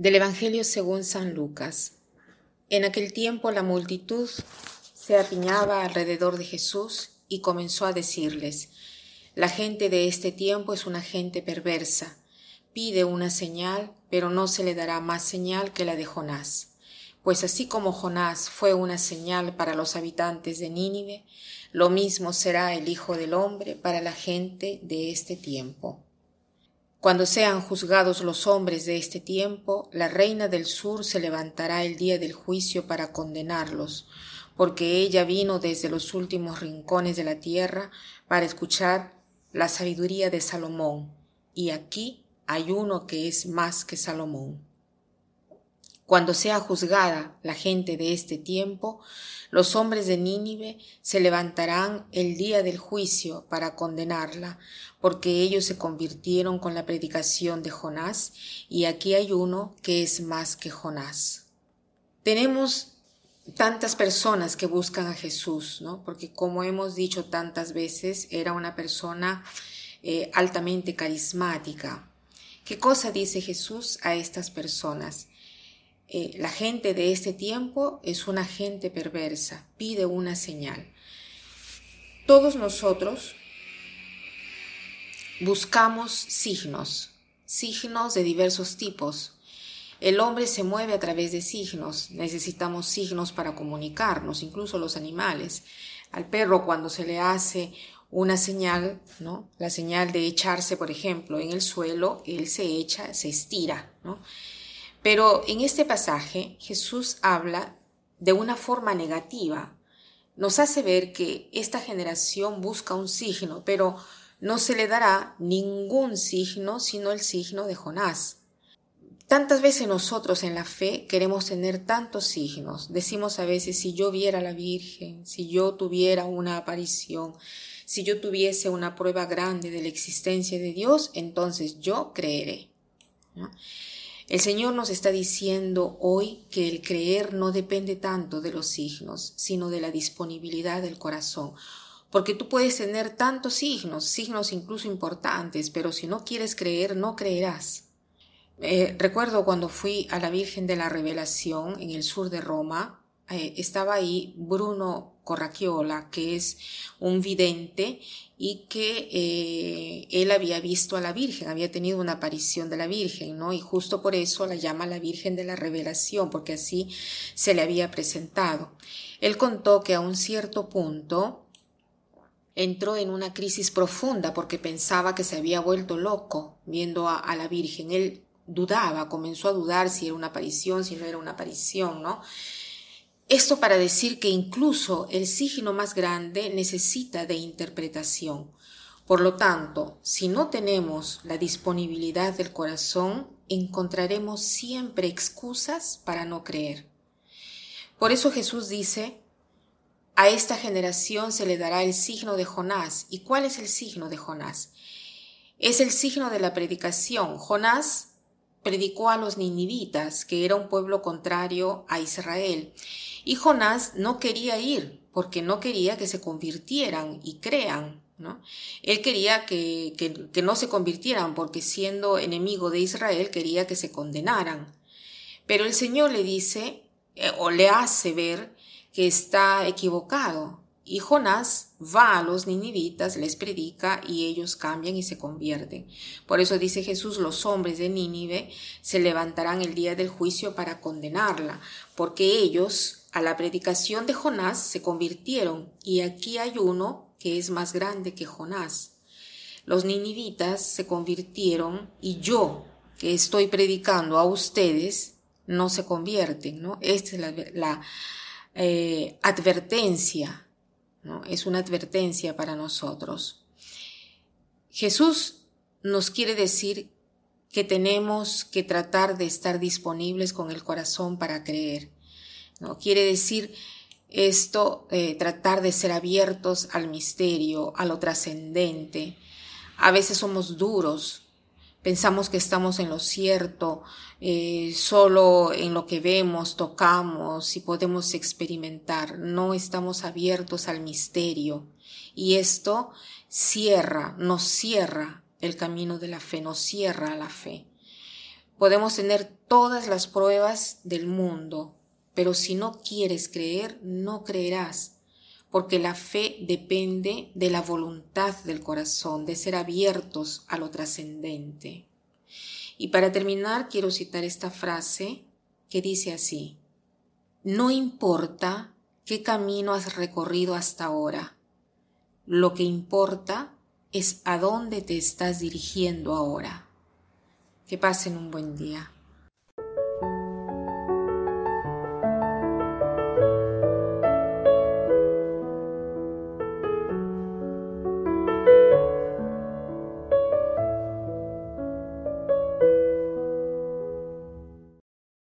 Del Evangelio según San Lucas. En aquel tiempo la multitud se apiñaba alrededor de Jesús y comenzó a decirles: la gente de este tiempo es una gente perversa. Pide una señal, pero no se le dará más señal que la de Jonás. Pues así como Jonás fue una señal para los habitantes de Nínive, lo mismo será el Hijo del Hombre para la gente de este tiempo. Cuando sean juzgados los hombres de este tiempo, la reina del sur se levantará el día del juicio para condenarlos, porque ella vino desde los últimos rincones de la tierra para escuchar la sabiduría de Salomón, y aquí hay uno que es más que Salomón. Cuando sea juzgada la gente de este tiempo, los hombres de Nínive se levantarán el día del juicio para condenarla, porque ellos se convirtieron con la predicación de Jonás, y aquí hay uno que es más que Jonás. Tenemos tantas personas que buscan a Jesús, ¿no? Porque como hemos dicho tantas veces, era una persona altamente carismática. ¿Qué cosa dice Jesús a estas personas? La gente de este tiempo es una gente perversa, pide una señal. Todos nosotros buscamos signos de diversos tipos. El hombre se mueve a través de signos, necesitamos signos para comunicarnos, incluso los animales. Al perro, cuando se le hace una señal, ¿no? La señal de echarse, por ejemplo, en el suelo, él se echa, se estira, ¿no? Pero en este pasaje Jesús habla de una forma negativa. Nos hace ver que esta generación busca un signo, pero no se le dará ningún signo sino el signo de Jonás. Tantas veces nosotros en la fe queremos tener tantos signos. Decimos a veces: si yo viera a la Virgen, si yo tuviera una aparición, si yo tuviese una prueba grande de la existencia de Dios, entonces yo creeré, ¿no? El Señor nos está diciendo hoy que el creer no depende tanto de los signos, sino de la disponibilidad del corazón. Porque tú puedes tener tantos signos incluso importantes, pero si no quieres creer, no creerás. Recuerdo cuando fui a la Virgen de la Revelación en el sur de Roma, estaba ahí Bruno Corracchiola, que es un vidente y que él había visto a la Virgen, había tenido una aparición de la Virgen, ¿no? Y justo por eso la llama la Virgen de la Revelación, porque así se le había presentado. Él contó que a un cierto punto entró en una crisis profunda porque pensaba que se había vuelto loco viendo a la Virgen. Él dudaba, comenzó a dudar si era una aparición, si no era una aparición, ¿no? Esto para decir que incluso el signo más grande necesita de interpretación. Por lo tanto, si no tenemos la disponibilidad del corazón, encontraremos siempre excusas para no creer. Por eso Jesús dice: a esta generación se le dará el signo de Jonás. ¿Y cuál es el signo de Jonás? Es el signo de la predicación. Jonás predicó a los ninivitas, que era un pueblo contrario a Israel. Y Jonás no quería ir, porque no quería que se convirtieran y crean, ¿no? Él quería que no se convirtieran, porque siendo enemigo de Israel quería que se condenaran. Pero el Señor le dice, o le hace ver, que está equivocado. Y Jonás va a los ninivitas, les predica y ellos cambian y se convierten. Por eso dice Jesús: los hombres de Nínive se levantarán el día del juicio para condenarla, porque ellos a la predicación de Jonás se convirtieron, y aquí hay uno que es más grande que Jonás. Los ninivitas se convirtieron y yo, que estoy predicando a ustedes, no se convierten, ¿no? Esta es la advertencia, ¿no? Es una advertencia para nosotros. Jesús nos quiere decir que tenemos que tratar de estar disponibles con el corazón para creer, ¿no? Quiere decir esto, tratar de ser abiertos al misterio, a lo trascendente. A veces somos duros. Pensamos que estamos en lo cierto, solo en lo que vemos, tocamos y podemos experimentar. No estamos abiertos al misterio. Y esto nos cierra el camino de la fe, nos cierra la fe. Podemos tener todas las pruebas del mundo, pero si no quieres creer, no creerás, porque la fe depende de la voluntad del corazón, de ser abiertos a lo trascendente. Y para terminar, quiero citar esta frase que dice así: no importa qué camino has recorrido hasta ahora, lo que importa es a dónde te estás dirigiendo ahora. Que pasen un buen día.